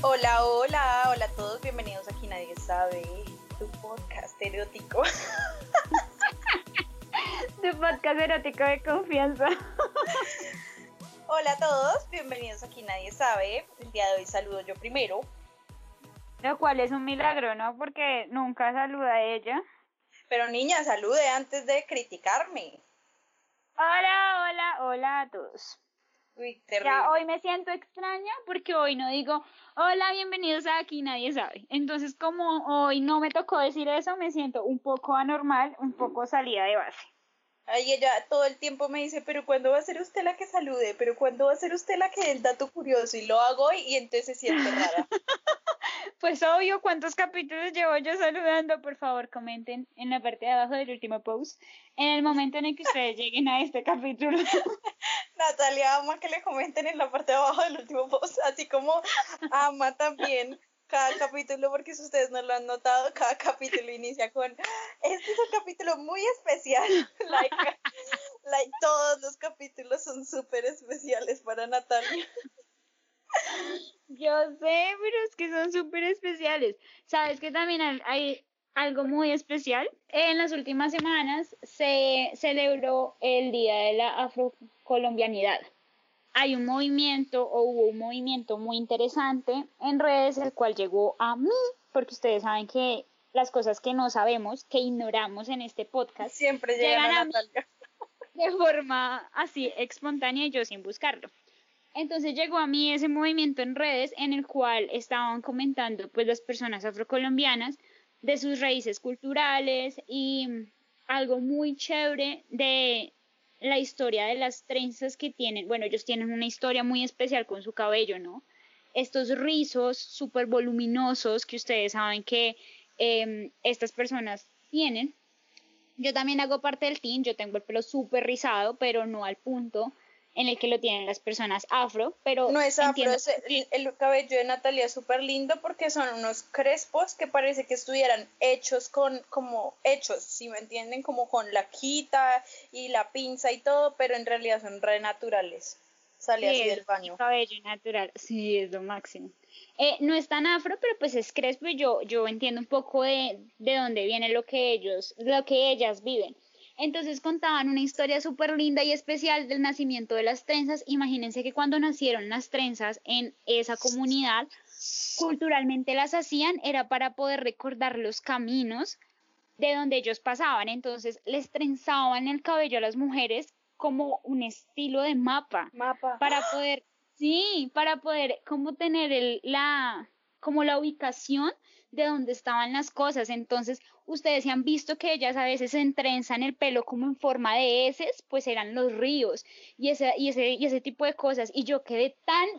Hola, hola, hola a todos, bienvenidos aquí Nadie Sabe, tu podcast erótico. Tu podcast erótico de confianza. Hola a todos, bienvenidos aquí Nadie Sabe. El día de hoy saludo yo primero. Lo cual es un milagro, ¿no? Porque nunca saluda a ella. Pero niña, salude antes de criticarme. Hola a todos. Uy, terrible. Ya hoy me siento extraña porque hoy no digo hola, bienvenidos a Aquí Nadie Sabe. Entonces, como hoy no me tocó decir eso, me siento un poco anormal, un poco salida de base. Ay, ella todo el tiempo me dice, pero ¿cuándo va a ser usted la que salude? ¿Pero cuándo va a ser usted la que dé el dato curioso? Y lo hago hoy y entonces se siente rara. Pues obvio, ¿cuántos capítulos llevo yo saludando? Por favor, comenten en la parte de abajo del último post en el momento en el que ustedes lleguen a este capítulo. Natalia ama que le comenten en la parte de abajo del último post, así como ama también cada capítulo, porque si ustedes no lo han notado, cada capítulo inicia con, este es un capítulo muy especial, like todos los capítulos son súper especiales para Natalia. Yo sé, pero es que son súper especiales. ¿Sabes que también hay algo muy especial? En las últimas semanas se celebró el Día de la Afrocolombianidad. Hay un movimiento o hubo un movimiento muy interesante en redes, el cual llegó a mí, porque ustedes saben que las cosas que no sabemos, que ignoramos en este podcast, Siempre llegan a mí Natalia. de forma así espontánea y yo sin buscarlo. Entonces llegó a mí ese movimiento en redes en el cual estaban comentando pues las personas afrocolombianas de sus raíces culturales y algo muy chévere de la historia de las trenzas que tienen. Bueno, ellos tienen una historia muy especial con su cabello, ¿no? Estos rizos súper voluminosos que ustedes saben que estas personas tienen. Yo también hago parte del team, yo tengo el pelo súper rizado, pero no al punto en el que lo tienen las personas afro, pero No es afro, entiendo es que el cabello de Natalia es súper lindo porque son unos crespos que parece que estuvieran hechos como hechos, si me entienden, como con la quita y la pinza y todo, pero en realidad son re naturales. Sale sí así es del mi baño. cabello natural, sí es lo máximo. No es tan afro, pero pues es crespo y yo entiendo un poco de dónde viene lo que ellas viven. Entonces contaban una historia súper linda y especial del nacimiento de las trenzas. Imagínense que cuando nacieron las trenzas en esa comunidad, culturalmente las hacían, era para poder recordar los caminos de donde ellos pasaban. Entonces les trenzaban el cabello a las mujeres como un estilo de mapa Mapa. para poder, sí, para poder como tener como la ubicación de donde estaban las cosas. Entonces, ustedes se han visto que ellas a veces se trenzan el pelo como en forma de heces, pues eran los ríos y ese tipo de cosas. Y yo quedé tan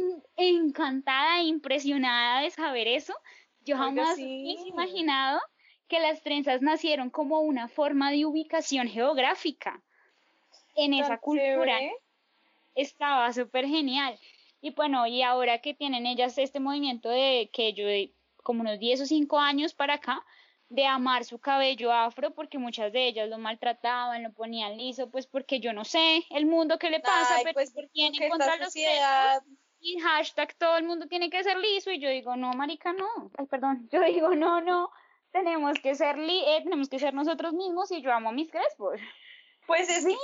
encantada e impresionada de saber eso. Yo Oiga, jamás hubiese sí. imaginado que las trenzas nacieron como una forma de ubicación geográfica en Tan esa cultura. chévere. Estaba súper genial. Y bueno, y ahora que tienen ellas este movimiento de que yo como unos 10 o 5 años para acá, de amar su cabello afro, porque muchas de ellas lo maltrataban, lo ponían liso, pues porque yo no sé el mundo que le pasa, Ay, pero pues tienen porque esta contra los trenzas sociedad. y hashtag todo el mundo tiene que ser liso y yo digo, no, marica, no. Ay, perdón, yo digo, no, no, tenemos que ser nosotros mismos y yo amo mis crespos. Pues es Sí, que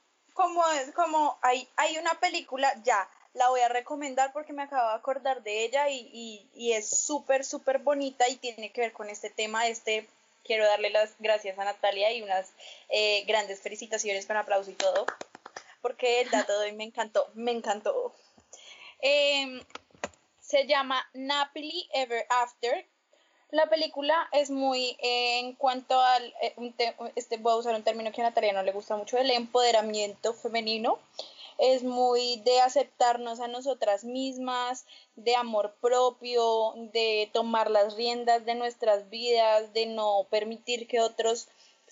como hay una película, ya, la voy a recomendar porque me acabo de acordar de ella y es súper, súper bonita y tiene que ver con este tema. Quiero darle las gracias a Natalia y unas grandes felicitaciones con aplauso y todo, porque el dato de hoy me encantó, me encantó. Eh, Se llama Napoli Ever After. La película es muy en cuanto al, voy a usar un término que a Natalia no le gusta mucho, el empoderamiento femenino. Es muy de aceptarnos a nosotras mismas, de amor propio, de tomar las riendas de nuestras vidas, de no permitir que otros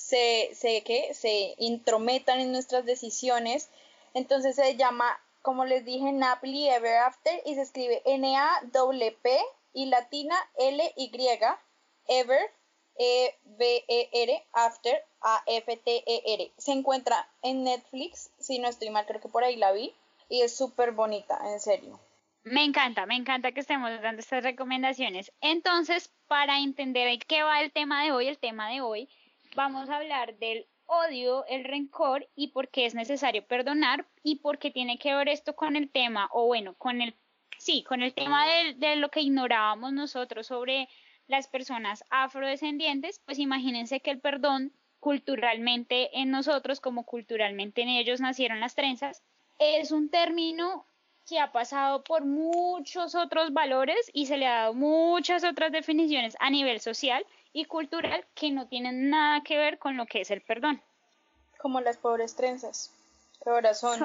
se intrometan en nuestras decisiones. Entonces se llama, como les dije, Napoli Ever After y se escribe N-A-P-P y latina L-Y, Ever, E-V-E-R, After, A-F-T-E-R. Se encuentra en Netflix, si no estoy mal, creo que por ahí la vi. Y es súper bonita, en serio. Me encanta que estemos dando estas recomendaciones. Entonces, para entender en qué va el tema de hoy, vamos a hablar del odio, el rencor y por qué es necesario perdonar y por qué tiene que ver esto con el tema, o bueno, con el tema de lo que ignorábamos nosotros sobre las personas afrodescendientes. Pues imagínense que el perdón culturalmente en nosotros, como culturalmente en ellos nacieron las trenzas, es un término que ha pasado por muchos otros valores y se le ha dado muchas otras definiciones a nivel social y cultural que no tienen nada que ver con lo que es el perdón. Como las pobres trenzas, que ahora son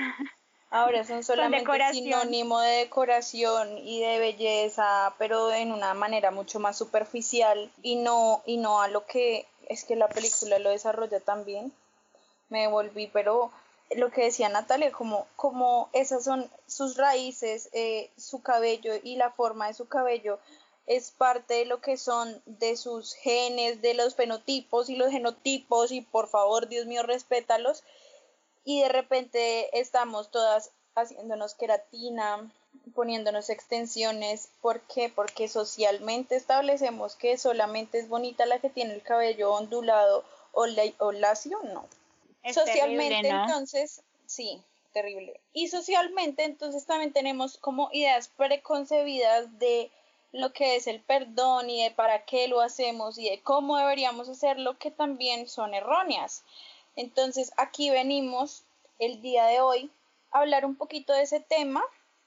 solamente sinónimo de decoración y de belleza, pero en una manera mucho más superficial y no a lo que es que la película lo desarrolla también. Me volví, pero lo que decía Natalia, como esas son sus raíces, su cabello y la forma de su cabello es parte de lo que son de sus genes, de los fenotipos y los genotipos, y por favor, Dios mío, respétalos. Y de repente estamos todas haciéndonos queratina, poniéndonos extensiones. ¿Por qué? Porque socialmente establecemos que solamente es bonita la que tiene el cabello ondulado o lacio, no. Es Socialmente, terrible, ¿no? entonces, sí, terrible. Y socialmente, entonces, también tenemos como ideas preconcebidas de lo que es el perdón y de para qué lo hacemos y de cómo deberíamos hacerlo, que también son erróneas. Entonces, aquí venimos el día de hoy a hablar un poquito de ese tema,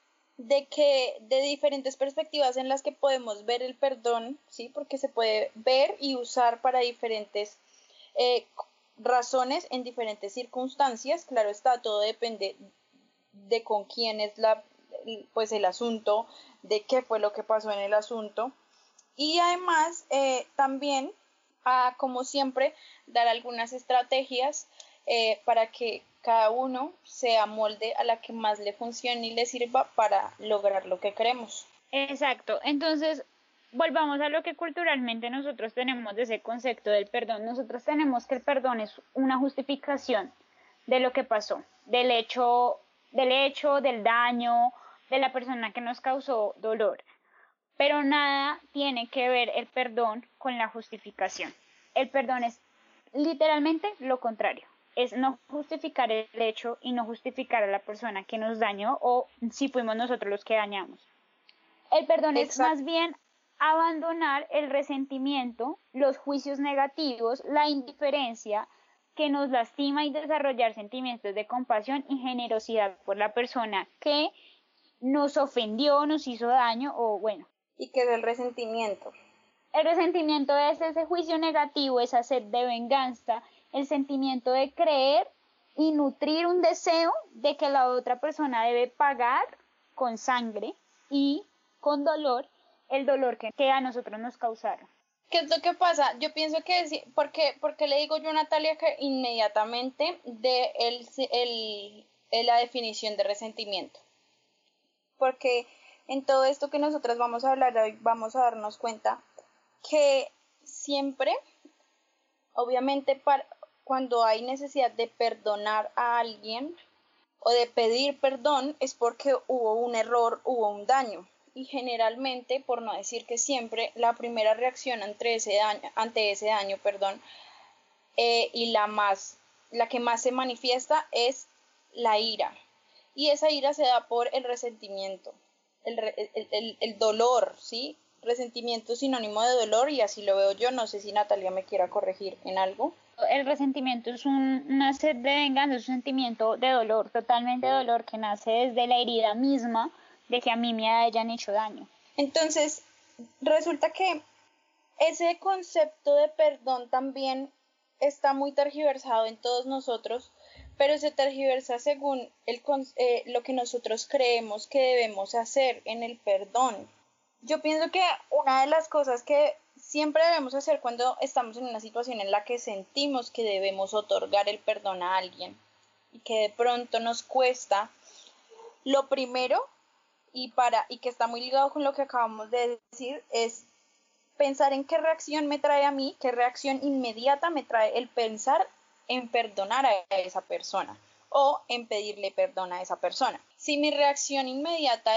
de diferentes perspectivas en las que podemos ver el perdón, ¿sí? Porque se puede ver y usar para diferentes eh, razones en diferentes circunstancias. Claro está, todo depende de con quién es pues el asunto, de qué fue lo que pasó en el asunto. Y además también, como siempre, dar algunas estrategias para que cada uno se amolde a la que más le funcione y le sirva para lograr lo que queremos. Exacto. Entonces, volvamos a lo que culturalmente nosotros tenemos de ese concepto del perdón. Nosotros tenemos que el perdón es una justificación de lo que pasó, del daño, de la persona que nos causó dolor. Pero nada tiene que ver el perdón con la justificación. El perdón es literalmente lo contrario. Es no justificar el hecho y no justificar a la persona que nos dañó o si fuimos nosotros los que dañamos. El perdón es más bien abandonar el resentimiento, los juicios negativos, la indiferencia que nos lastima y desarrollar sentimientos de compasión y generosidad por la persona que nos ofendió, nos hizo daño o bueno. ¿Y qué es el resentimiento? El resentimiento es ese juicio negativo, esa sed de venganza, el sentimiento de creer y nutrir un deseo de que la otra persona debe pagar con sangre y con dolor el dolor que a nosotros nos causaron. ¿Qué es lo que pasa? Yo pienso que, porque le digo yo a Natalia que inmediatamente de la definición de resentimiento. Porque en todo esto que nosotras vamos a hablar hoy, vamos a darnos cuenta que siempre, obviamente, cuando hay necesidad de perdonar a alguien o de pedir perdón, es porque hubo un error, hubo un daño. Y generalmente, por no decir que siempre, la primera reacción ante ese daño, y la que más se manifiesta es la ira. Y esa ira se da por el resentimiento, el dolor, ¿sí? Resentimiento es sinónimo de dolor y así lo veo yo. No sé si Natalia me quiera corregir en algo. El resentimiento es una sed de venganza, es un sentimiento de dolor, totalmente de dolor, que nace desde la herida misma de que a mí me hayan hecho daño. Entonces, resulta que ese concepto de perdón también está muy tergiversado en todos nosotros, pero se tergiversa según lo que nosotros creemos que debemos hacer en el perdón. Yo pienso que una de las cosas que siempre debemos hacer cuando estamos en una situación en la que sentimos que debemos otorgar el perdón a alguien y que de pronto nos cuesta, lo primero y que está muy ligado con lo que acabamos de decir es pensar en qué reacción me trae a mí, qué reacción inmediata me trae el pensar en perdonar a esa persona o en pedirle perdón a esa persona. Si mi reacción inmediata es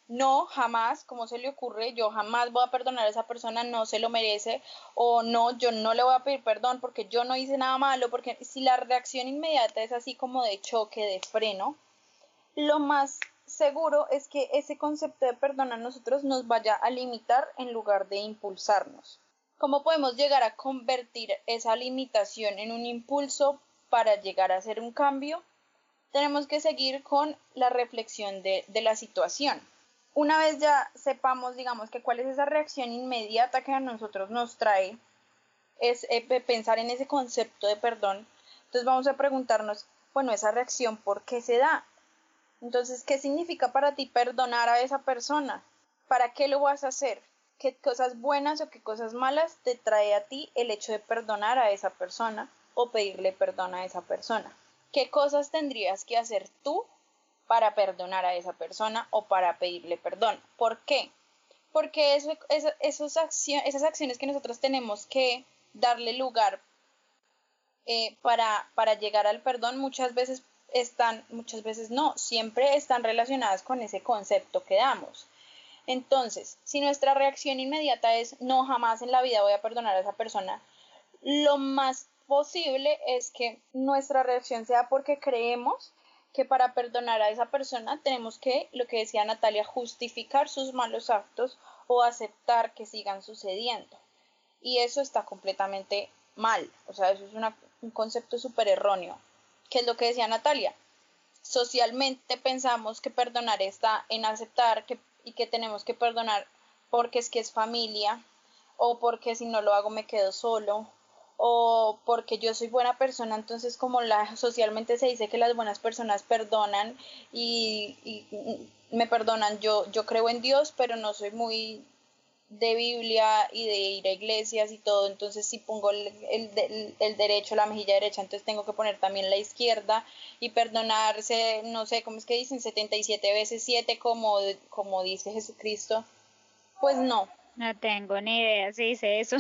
no, jamás, ¿cómo se le ocurre? Yo jamás voy a perdonar a esa persona, no se lo merece, o no, yo no le voy a pedir perdón porque yo no hice nada malo, porque si la reacción inmediata es así como de choque, de freno, lo más seguro es que ese concepto de perdón a nosotros nos vaya a limitar en lugar de impulsarnos. ¿Cómo podemos llegar a convertir esa limitación en un impulso para llegar a hacer un cambio? Tenemos que seguir con la reflexión de la situación. Una vez ya sepamos, digamos, que cuál es esa reacción inmediata que a nosotros nos trae, es pensar en ese concepto de perdón, entonces vamos a preguntarnos, bueno, esa reacción, ¿por qué se da? Entonces, ¿qué significa para ti perdonar a esa persona? ¿Para qué lo vas a hacer? ¿Qué cosas buenas o qué cosas malas te trae a ti el hecho de perdonar a esa persona o pedirle perdón a esa persona? ¿Qué cosas tendrías que hacer tú para perdonar a esa persona o para pedirle perdón? ¿Por qué? Porque esas acciones que nosotros tenemos que darle lugar para llegar al perdón muchas veces no, siempre están relacionadas con ese concepto que damos. Entonces, si nuestra reacción inmediata es no, jamás en la vida voy a perdonar a esa persona, lo más posible es que nuestra reacción sea porque creemos que para perdonar a esa persona tenemos que, lo que decía Natalia, justificar sus malos actos o aceptar que sigan sucediendo. Y eso está completamente mal, o sea, eso es un concepto súper erróneo. ¿Qué es lo que decía Natalia? Socialmente pensamos que perdonar está en aceptar y que tenemos que perdonar porque es que es familia, o porque si no lo hago me quedo solo, o porque yo soy buena persona, entonces como socialmente se dice que las buenas personas perdonan y me perdonan, yo creo en Dios, pero no soy muy de Biblia y de ir a iglesias y todo, entonces si pongo el derecho, la mejilla derecha, entonces tengo que poner también la izquierda y perdonarse, no sé, ¿cómo es que dicen? 77 veces 7 como dice Jesucristo. Pues no. No tengo ni idea si dice eso.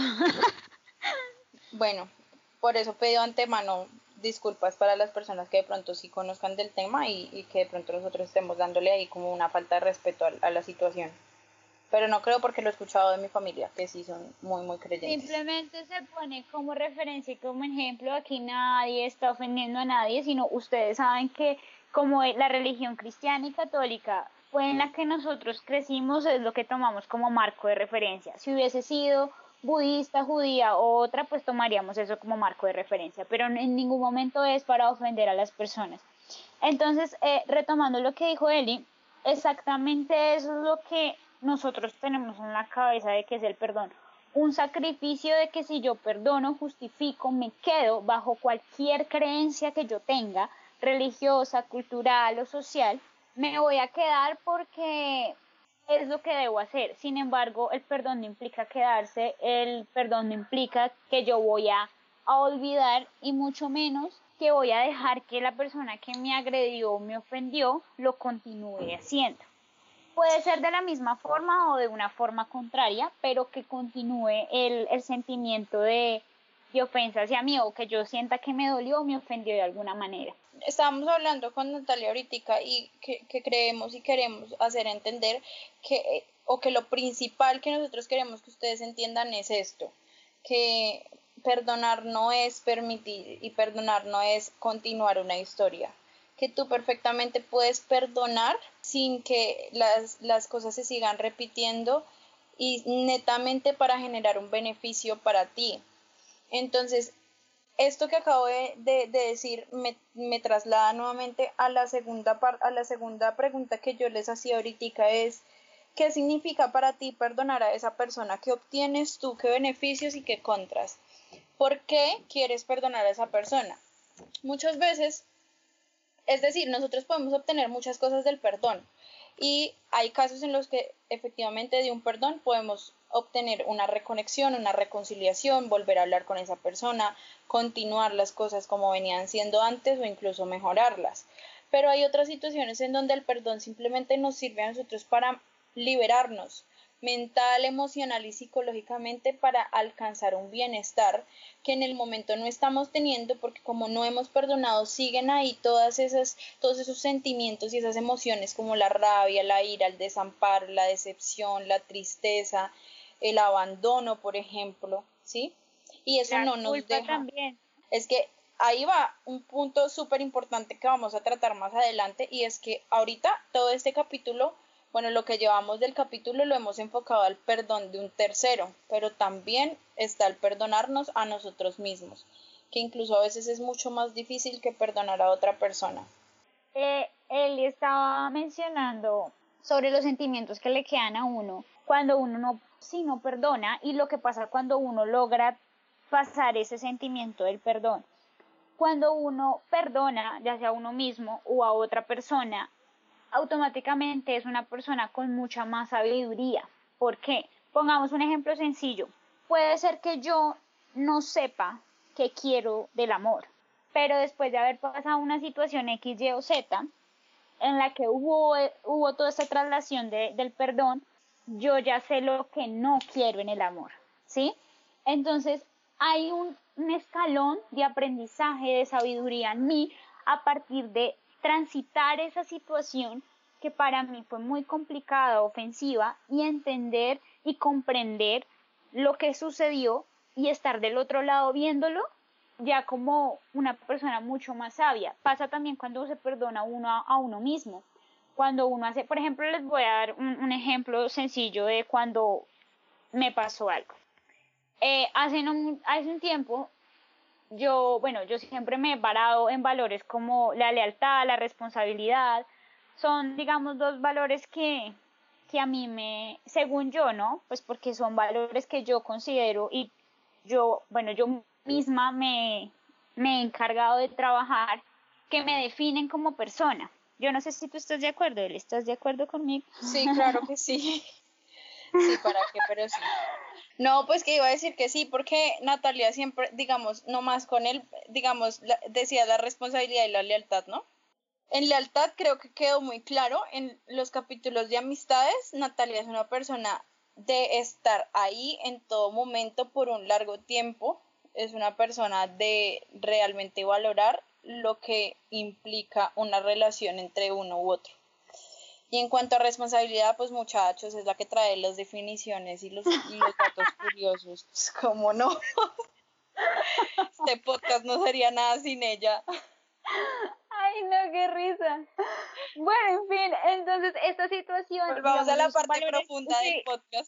Bueno, por eso pido antemano disculpas para las personas que de pronto sí conozcan del tema y que de pronto nosotros estemos dándole ahí como una falta de respeto a la situación. Pero no creo porque lo he escuchado de mi familia, que sí son muy, muy creyentes. Simplemente se pone como referencia y como ejemplo, aquí nadie está ofendiendo a nadie, sino ustedes saben que como la religión cristiana y católica fue en la que nosotros crecimos, es lo que tomamos como marco de referencia. Si hubiese sido budista, judía o otra, pues tomaríamos eso como marco de referencia, pero en ningún momento es para ofender a las personas. Entonces, retomando lo que dijo Eli, exactamente eso es lo que nosotros tenemos en la cabeza de que es el perdón. Un sacrificio de que si yo perdono, justifico, me quedo bajo cualquier creencia que yo tenga, religiosa, cultural o social, me voy a quedar porque es lo que debo hacer. Sin embargo, el perdón no implica quedarse, el perdón no implica que yo voy a olvidar y mucho menos que voy a dejar que la persona que me agredió o me ofendió lo continúe haciendo. Puede ser de la misma forma o de una forma contraria, pero que continúe el sentimiento de ofensa hacia mí o que yo sienta que me dolió o me ofendió de alguna manera. Estábamos hablando con Natalia ahorita y que creemos y queremos hacer entender o que lo principal que nosotros queremos que ustedes entiendan es esto, que perdonar no es permitir y perdonar no es continuar una historia, que tú perfectamente puedes perdonar sin que las cosas se sigan repitiendo y netamente para generar un beneficio para ti. Entonces, esto que acabo de decir me traslada nuevamente a a la segunda pregunta que yo les hacía ahorita es, ¿qué significa para ti perdonar a esa persona? ¿Qué obtienes tú? ¿Qué beneficios y qué contras? ¿Por qué quieres perdonar a esa persona? Muchas veces, es decir, nosotros podemos obtener muchas cosas del perdón y hay casos en los que efectivamente de un perdón podemos obtener una reconexión, una reconciliación, volver a hablar con esa persona, continuar las cosas como venían siendo antes o incluso mejorarlas. Pero hay otras situaciones en donde el perdón simplemente nos sirve a nosotros para liberarnos, mental, emocional y psicológicamente para alcanzar un bienestar que en el momento no estamos teniendo porque como no hemos perdonado siguen ahí todos esos sentimientos y esas emociones como la rabia, la ira, el desamparo, la decepción, la tristeza, el abandono, por ejemplo, ¿sí? Y eso La no nos culpa deja. también. Es que ahí va un punto súper importante que vamos a tratar más adelante y es que ahorita todo este capítulo, bueno, lo que llevamos del capítulo lo hemos enfocado al perdón de un tercero, pero también está el perdonarnos a nosotros mismos, que incluso a veces es mucho más difícil que perdonar a otra persona. Él estaba mencionando sobre los sentimientos que le quedan a uno cuando uno no, si no perdona y lo que pasa cuando uno logra pasar ese sentimiento del perdón. Cuando uno perdona, ya sea a uno mismo o a otra persona, automáticamente es una persona con mucha más sabiduría. ¿Por qué? Pongamos un ejemplo sencillo. Puede ser que yo no sepa qué quiero del amor, pero después de haber pasado una situación X, Y o Z, en la que hubo toda esta traslación del perdón, yo ya sé lo que no quiero en el amor, ¿sí? Entonces, hay un escalón de aprendizaje, de sabiduría en mí a partir de transitar esa situación que para mí fue muy complicada, ofensiva, y entender y comprender lo que sucedió y estar del otro lado viéndolo ya como una persona mucho más sabia. Pasa también cuando se perdona uno a uno mismo. Cuando uno hace, por ejemplo, les voy a dar un ejemplo sencillo de cuando me pasó algo. Hace un tiempo, yo siempre me he parado en valores como la lealtad, la responsabilidad. Son, digamos, dos valores que a mí según yo, ¿no? Pues porque son valores que yo considero y yo misma me he encargado de trabajar, que me definen como persona. Yo no sé si tú estás de acuerdo, ¿él estás de acuerdo conmigo? Sí, claro que sí. Sí, ¿para qué? Pero sí. No, pues que iba a decir que sí, porque Natalia siempre, digamos, no más con él, digamos, decía la responsabilidad y la lealtad, ¿no? En lealtad creo que quedó muy claro en los capítulos de amistades. Natalia es una persona de estar ahí en todo momento por un largo tiempo. Es una persona de realmente valorar lo que implica una relación entre uno u otro. Y en cuanto a responsabilidad, pues muchachos, es la que trae las definiciones y los datos curiosos. Pues, ¿cómo no? Este podcast no sería nada sin ella. Ay, no, qué risa. Bueno, en fin, entonces esta situación, Volvamos a digamos, la esos parte valores, profunda del sí, podcast.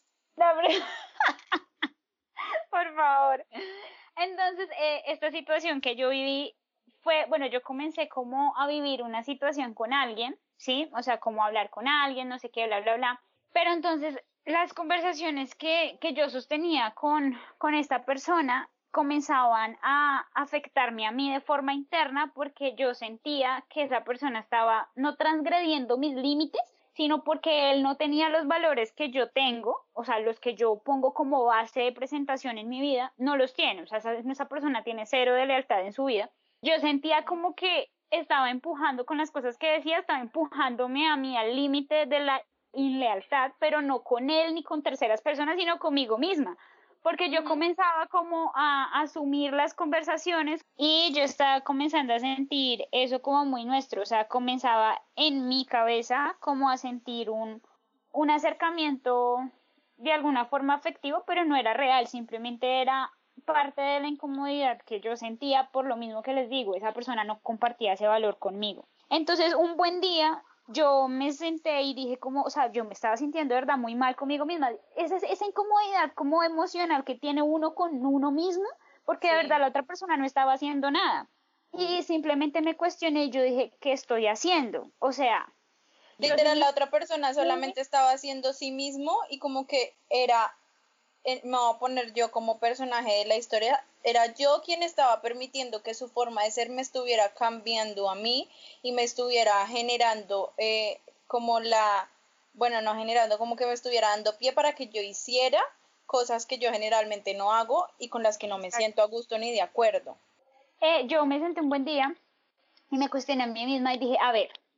por favor. Entonces, esta situación que yo viví fue, bueno, yo comencé como a vivir una situación con alguien, ¿sí? O sea, como hablar con alguien, no sé qué, bla, bla, bla. Pero entonces, las conversaciones que yo sostenía con esta persona comenzaban a afectarme a mí de forma interna porque yo sentía que esa persona estaba no transgrediendo mis límites, sino porque él no tenía los valores que yo tengo, o sea, los que yo pongo como base de presentación en mi vida, no los tiene, o sea, esa persona tiene cero de lealtad en su vida. Yo sentía como que estaba empujando con las cosas que decía, estaba empujándome a mí al límite de la inlealtad, pero no con él ni con terceras personas, sino conmigo misma, porque yo comenzaba como a asumir las conversaciones y yo estaba comenzando a sentir eso como muy nuestro, o sea, comenzaba en mi cabeza como a sentir un acercamiento de alguna forma afectivo, pero no era real, simplemente era parte de la incomodidad que yo sentía por lo mismo que les digo, esa persona no compartía ese valor conmigo. Entonces, un buen día yo me senté y dije como, o sea, yo me estaba sintiendo de verdad muy mal conmigo misma, esa incomodidad como emocional que tiene uno con uno mismo, porque de verdad Sí. la otra persona no estaba haciendo nada. Y simplemente me cuestioné y yo dije, ¿qué estoy haciendo? O sea, yo Literal, seguía la otra persona muy solamente estaba haciendo sí mismo y como que era, me voy a poner yo como personaje de la historia, era yo quien estaba permitiendo que su forma de ser me estuviera cambiando a mí y me estuviera generando como bueno, no generando, como que me estuviera dando pie para que yo hiciera cosas que yo generalmente no hago y con las que no me siento a gusto ni de acuerdo. yo me senté un buen día y me cuestioné a mí misma y dije, a ver,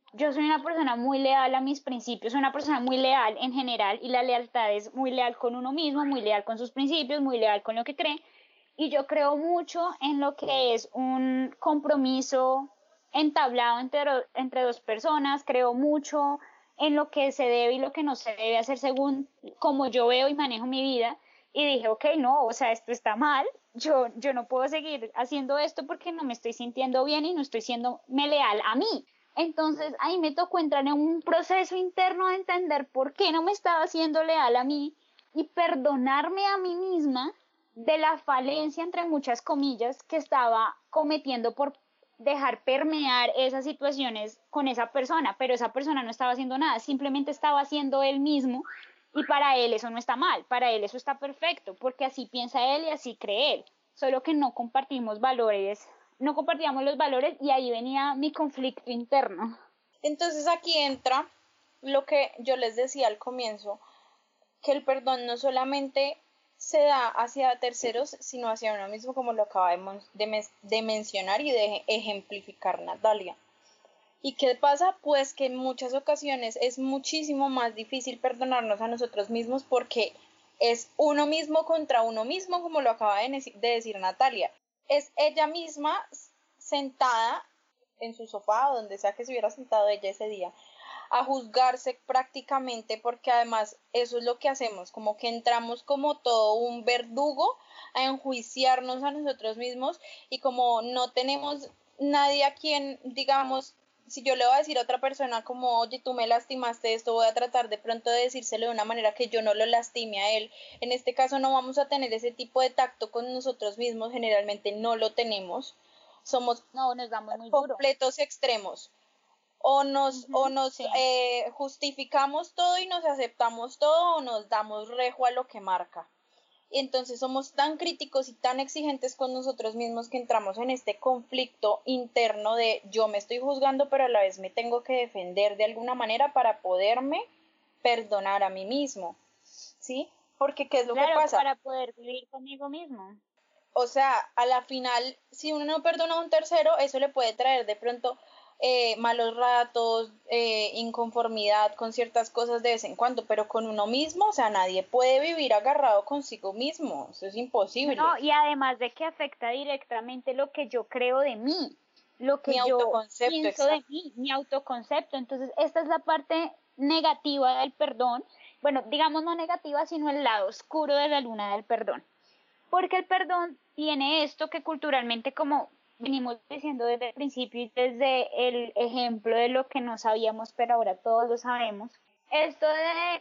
yo soy una persona muy leal a mis principios, soy una persona muy leal en general y la lealtad es muy leal con uno mismo, muy leal con sus principios, muy leal con lo que cree y yo creo mucho en lo que es un compromiso entablado entre dos personas, creo mucho en lo que se debe y lo que no se debe hacer según como yo veo y manejo mi vida y dije, ok, no, o sea, esto está mal, yo no puedo seguir haciendo esto porque no me estoy sintiendo bien y no estoy siendo me leal a mí. Entonces ahí me tocó entrar en un proceso interno de entender por qué no me estaba haciendo leal a mí y perdonarme a mí misma de la falencia, entre muchas comillas, que estaba cometiendo por dejar permear esas situaciones con esa persona, pero esa persona no estaba haciendo nada, simplemente estaba haciendo él mismo y para él eso no está mal, para él eso está perfecto, porque así piensa él y así cree él, solo que no compartimos valores, no compartíamos los valores y ahí venía mi conflicto interno. Entonces aquí entra lo que yo les decía al comienzo, que el perdón no solamente se da hacia terceros, sino hacia uno mismo, como lo acaba de mencionar y de ejemplificar Natalia. ¿Y qué pasa? Pues que en muchas ocasiones es muchísimo más difícil perdonarnos a nosotros mismos porque es uno mismo contra uno mismo, como lo acaba de decir Natalia. Es ella misma sentada en su sofá o donde sea que se hubiera sentado ella ese día, a juzgarse prácticamente, porque además eso es lo que hacemos, como que entramos como todo un verdugo a enjuiciarnos a nosotros mismos y como no tenemos nadie a quien, digamos, si yo le voy a decir a otra persona como, oye, tú me lastimaste esto, voy a tratar de pronto de decírselo de una manera que yo no lo lastime a él. En este caso no vamos a tener ese tipo de tacto con nosotros mismos, generalmente no lo tenemos. Somos No, nos damos muy duro. completos extremos. O nos Sí. justificamos todo y nos aceptamos todo o nos damos rejo a lo que marca. Y entonces somos tan críticos y tan exigentes con nosotros mismos que entramos en este conflicto interno de yo me estoy juzgando pero a la vez me tengo que defender de alguna manera para poderme perdonar a mí mismo, ¿sí? Porque ¿qué es lo que Claro, pasa? para poder vivir conmigo mismo. O sea, a la final, si uno no perdona a un tercero, eso le puede traer de pronto malos ratos, inconformidad con ciertas cosas de vez en cuando, pero con uno mismo, o sea, nadie puede vivir agarrado consigo mismo, eso es imposible. No, y además de que afecta directamente lo que yo creo de mí, lo Mi que yo autoconcepto, pienso de exacto. mí, mi autoconcepto. Entonces, esta es la parte negativa del perdón. Bueno, digamos no negativa, sino el lado oscuro de la luna del perdón. Porque el perdón tiene esto que culturalmente, como venimos diciendo desde el principio y desde el ejemplo de lo que no sabíamos, pero ahora todos lo sabemos, esto de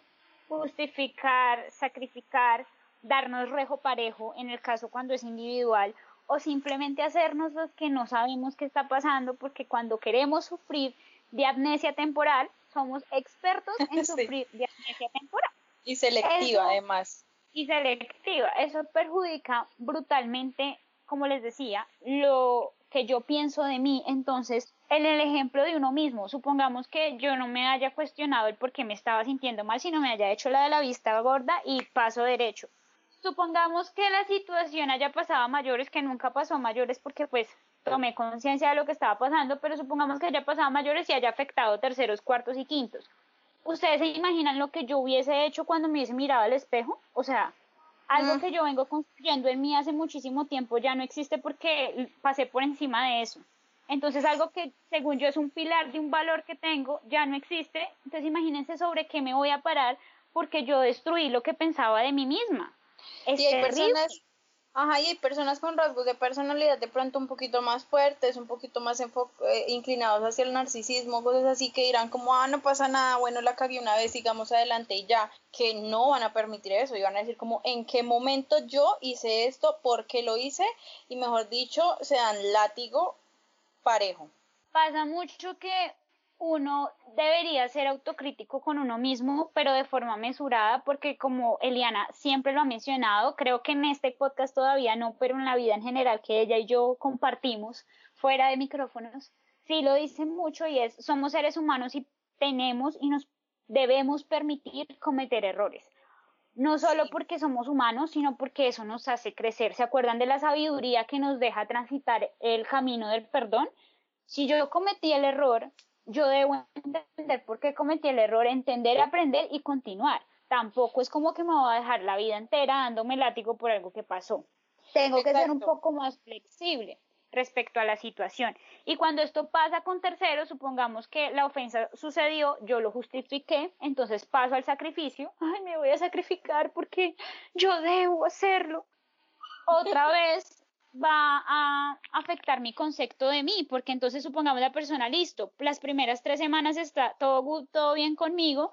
justificar, sacrificar, darnos rejo parejo, en el caso cuando es individual, o simplemente hacernos los que no sabemos qué está pasando, porque cuando queremos sufrir de amnesia temporal, somos expertos en Sí. sufrir de amnesia temporal. Y selectiva, Eso además. y selectiva. Eso perjudica brutalmente, como les decía, lo que yo pienso de mí. Entonces, en el ejemplo de uno mismo, supongamos que yo no me haya cuestionado el por qué me estaba sintiendo mal, sino me haya hecho la de la vista gorda y paso derecho. Supongamos que la situación haya pasado a mayores, que nunca pasó a mayores porque pues tomé conciencia de lo que estaba pasando, pero supongamos que haya pasado a mayores y haya afectado terceros, cuartos y quintos. ¿Ustedes se imaginan lo que yo hubiese hecho cuando me hubiese mirado al espejo? O sea, algo Mm, que yo vengo construyendo en mí hace muchísimo tiempo ya no existe porque pasé por encima de eso. Entonces algo que según yo es un pilar de un valor que tengo ya no existe. Entonces imagínense sobre qué me voy a parar porque yo destruí lo que pensaba de mí misma. y Es hay terrible. personas, ajá, y hay personas con rasgos de personalidad de pronto un poquito más fuertes, un poquito más inclinados hacia el narcisismo, cosas así que dirán como, ah, no pasa nada, bueno, la cagué una vez, sigamos adelante y ya, que no van a permitir eso y van a decir como, ¿en qué momento yo hice esto? ¿Por qué lo hice? Y mejor dicho, se dan látigo parejo. Pasa mucho que uno debería ser autocrítico con uno mismo, pero de forma mesurada, porque como Eliana siempre lo ha mencionado, creo que en este podcast todavía no, pero en la vida en general que ella y yo compartimos fuera de micrófonos, sí lo dice mucho y es, somos seres humanos y tenemos y nos debemos permitir cometer errores. No solo Sí, porque somos humanos, sino porque eso nos hace crecer. ¿Se acuerdan de la sabiduría que nos deja transitar el camino del perdón? Si yo cometí el error yo debo entender por qué cometí el error, entender, aprender y continuar. Tampoco es como que me voy a dejar la vida entera dándome látigo por algo que pasó. Tengo que ser un Exacto. poco más flexible respecto a la situación. Y cuando esto pasa con terceros, supongamos que la ofensa sucedió, yo lo justifiqué, entonces paso al sacrificio. Ay, me voy a sacrificar porque yo debo hacerlo. Otra vez va a afectar mi concepto de mí, porque entonces supongamos la persona, listo, las primeras 3 semanas está todo bien conmigo,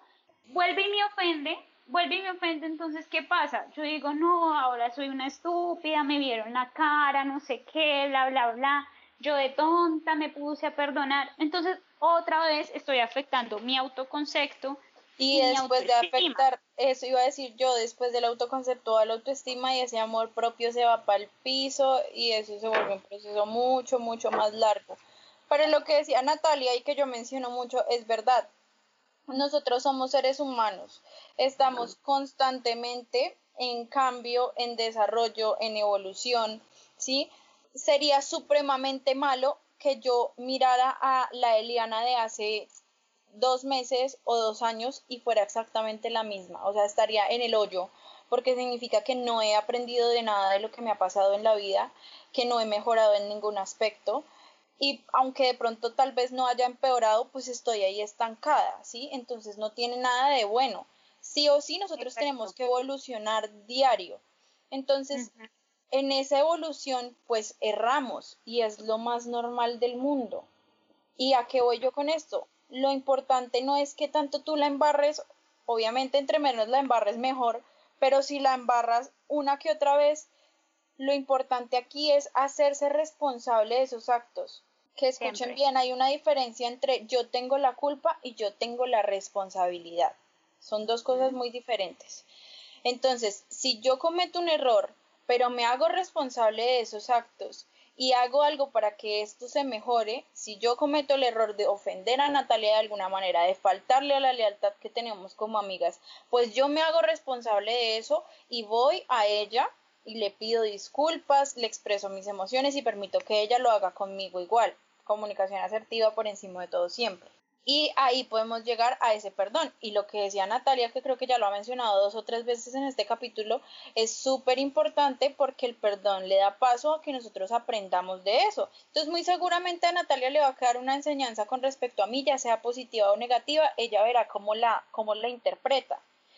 vuelve y me ofende, entonces, ¿qué pasa? Yo digo, no, ahora soy una estúpida, me vieron la cara, no sé qué, bla, bla, bla, yo de tonta me puse a perdonar, entonces otra vez estoy afectando mi autoconcepto Y y mi después de autoestima. afectar, eso iba a decir yo, después del autoconcepto a la autoestima y ese amor propio se va para el piso y eso se vuelve un proceso mucho, mucho más largo. Pero lo que decía Natalia y que yo menciono mucho es verdad. Nosotros somos seres humanos, estamos constantemente en cambio, en desarrollo, en evolución, ¿sí? Sería supremamente malo que yo mirara a la Eliana de hace 2 meses o 2 años y fuera exactamente la misma, o sea, estaría en el hoyo, porque significa que no he aprendido de nada de lo que me ha pasado en la vida, que no he mejorado en ningún aspecto y aunque de pronto tal vez no haya empeorado, pues estoy ahí estancada, ¿sí? Entonces no tiene nada de bueno. Sí o sí nosotros tenemos Exacto. que evolucionar diario. Entonces, Ujú. en esa evolución, pues erramos y es lo más normal del mundo. ¿Y a qué voy yo con esto? Lo importante no es que tanto tú la embarres, obviamente entre menos la embarres mejor, pero si la embarras una que otra vez, lo importante aquí es hacerse responsable de esos actos. Que escuchen Siempre. bien, hay una diferencia entre yo tengo la culpa y yo tengo la responsabilidad. Son dos cosas Ujú. muy diferentes. Entonces, si yo cometo un error, pero me hago responsable de esos actos y hago algo para que esto se mejore, si yo cometo el error de ofender a Natalia de alguna manera, de faltarle a la lealtad que tenemos como amigas, pues yo me hago responsable de eso y voy a ella y le pido disculpas, le expreso mis emociones y permito que ella lo haga conmigo igual. Comunicación asertiva por encima de todo siempre. Y ahí podemos llegar a ese perdón. Y lo que decía Natalia, que creo que ya lo ha mencionado 2 o 3 veces en este capítulo, es súper importante porque el perdón le da paso a que nosotros aprendamos de eso. Entonces, muy seguramente a Natalia le va a quedar una enseñanza con respecto a mí, ya sea positiva o negativa, ella verá cómo la interpreta.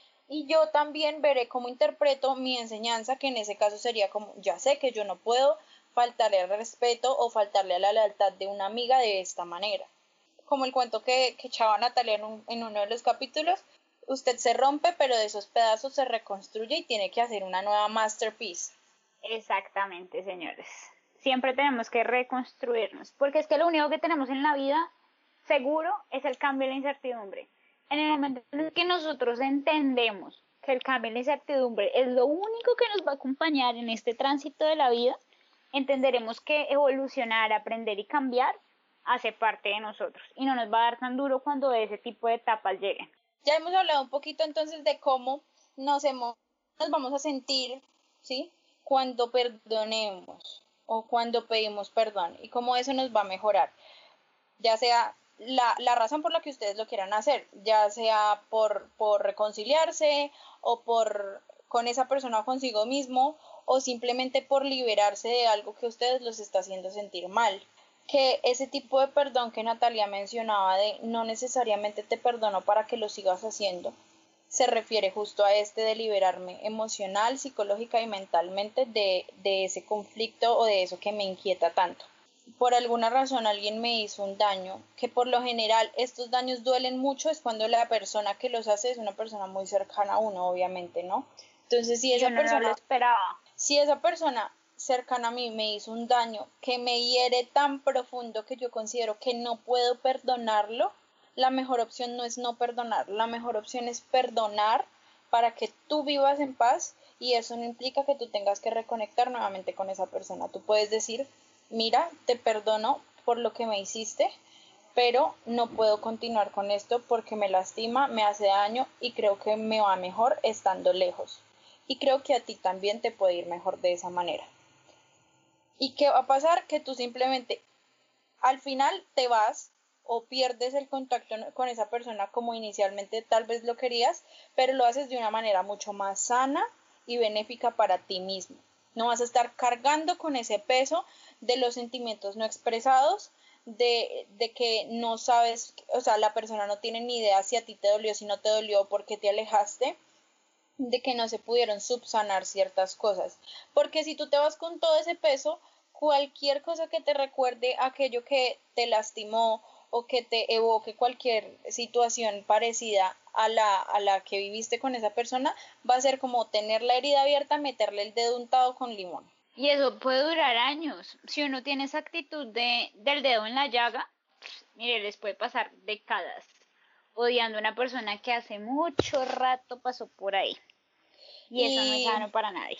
Y yo también veré cómo interpreto mi enseñanza, que en ese caso sería como, ya sé que yo no puedo faltarle al respeto o faltarle a la lealtad de una amiga de esta manera como el cuento que echaba Natalia en uno de los capítulos, usted se rompe, pero de esos pedazos se reconstruye y tiene que hacer una nueva masterpiece. Exactamente, señores. Siempre tenemos que reconstruirnos, porque es que lo único que tenemos en la vida seguro es el cambio y la incertidumbre. En el momento en el que nosotros entendemos que el cambio y la incertidumbre es lo único que nos va a acompañar en este tránsito de la vida, entenderemos que evolucionar, aprender y cambiar hace parte de nosotros y no nos va a dar tan duro cuando ese tipo de etapas lleguen. Ya hemos hablado un poquito entonces de cómo nos vamos a sentir, ¿sí? Cuando perdonemos o cuando pedimos perdón y cómo eso nos va a mejorar. Ya sea la razón por la que ustedes lo quieran hacer, ya sea por reconciliarse o por con esa persona o consigo mismo o simplemente por liberarse de algo que a ustedes los está haciendo sentir mal. Que ese tipo de perdón que Natalia mencionaba de no necesariamente te perdono para que lo sigas haciendo, se refiere justo a este de liberarme emocional, psicológica y mentalmente de ese conflicto o de eso que me inquieta tanto. Por alguna razón alguien me hizo un daño, que por lo general estos daños duelen mucho, es cuando la persona que los hace es una persona muy cercana a uno, obviamente, ¿no? Entonces, Y uno no lo esperaba. si esa persona cercana a mí me hizo un daño que me hiere tan profundo que yo considero que no puedo perdonarlo, la mejor opción no es no perdonar, la mejor opción es perdonar para que tú vivas en paz y eso no implica que tú tengas que reconectar nuevamente con esa persona. Tú puedes decir, mira, te perdono por lo que me hiciste, pero no puedo continuar con esto porque me lastima, me hace daño y creo que me va mejor estando lejos. Y creo que a ti también te puede ir mejor de esa manera. ¿Y qué va a pasar? Que tú simplemente al final te vas, o pierdes el contacto con esa persona como inicialmente tal vez lo querías, pero lo haces de una manera mucho más sana y benéfica para ti mismo. No vas a estar cargando con ese peso de los sentimientos no expresados, de que no sabes, o sea, la persona no tiene ni idea si a ti te dolió, si no te dolió, por qué te alejaste, de que no se pudieron subsanar ciertas cosas. Porque si tú te vas con todo ese peso, cualquier cosa que te recuerde aquello que te lastimó o que te evoque cualquier situación parecida a la que viviste con esa persona, va a ser como tener la herida abierta, meterle el dedo untado con limón. Y eso puede durar años. Si uno tiene esa actitud del dedo en la llaga, mire, les puede pasar décadas odiando a una persona que hace mucho rato pasó por ahí. Y eso no es Y, sano para nadie.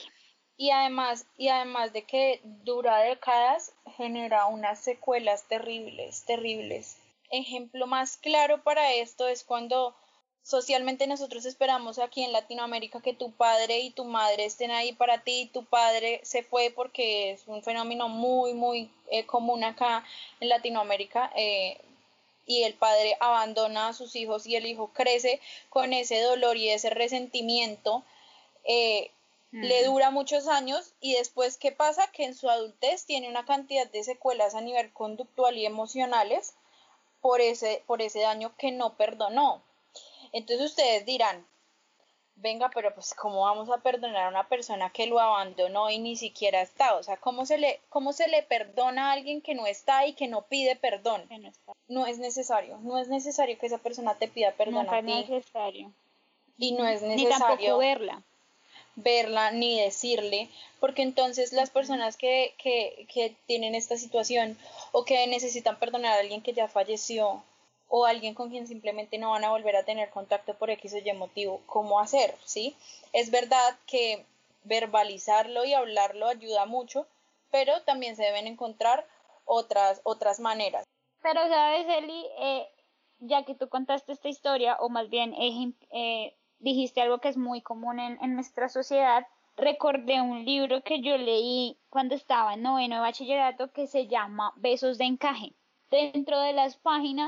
y además de que dura décadas, genera unas secuelas terribles, terribles. Ejemplo más claro para esto es cuando socialmente nosotros esperamos aquí en Latinoamérica que tu padre y tu madre estén ahí para ti, y tu padre se fue porque es un fenómeno muy, muy común acá en Latinoamérica, y el padre abandona a sus hijos y el hijo crece con ese dolor y ese resentimiento, eh, le dura muchos años y después, ¿qué pasa? Que en su adultez tiene una cantidad de secuelas a nivel conductual y emocionales por ese daño que no perdonó. Entonces ustedes dirán, venga, pero pues ¿cómo vamos a perdonar a una persona que lo abandonó y ni siquiera está? O sea, cómo se le perdona a alguien que no está y que no pide perdón? No, está. No es necesario, no es necesario que esa persona te pida perdón Nunca a es ti necesario. y no es Ni tampoco necesario verla. verla ni decirle, porque entonces las personas que tienen esta situación o que necesitan perdonar a alguien que ya falleció o alguien con quien simplemente no van a volver a tener contacto por X o Y motivo, ¿cómo hacer? ¿Sí? Es verdad que verbalizarlo y hablarlo ayuda mucho, pero también se deben encontrar otras maneras. Pero sabes, Eli, ya que tú contaste esta historia, o más bien dijiste algo que es muy común en nuestra sociedad, recordé un libro que yo leí cuando estaba en noveno de bachillerato que se llama Besos de encaje. Dentro de las páginas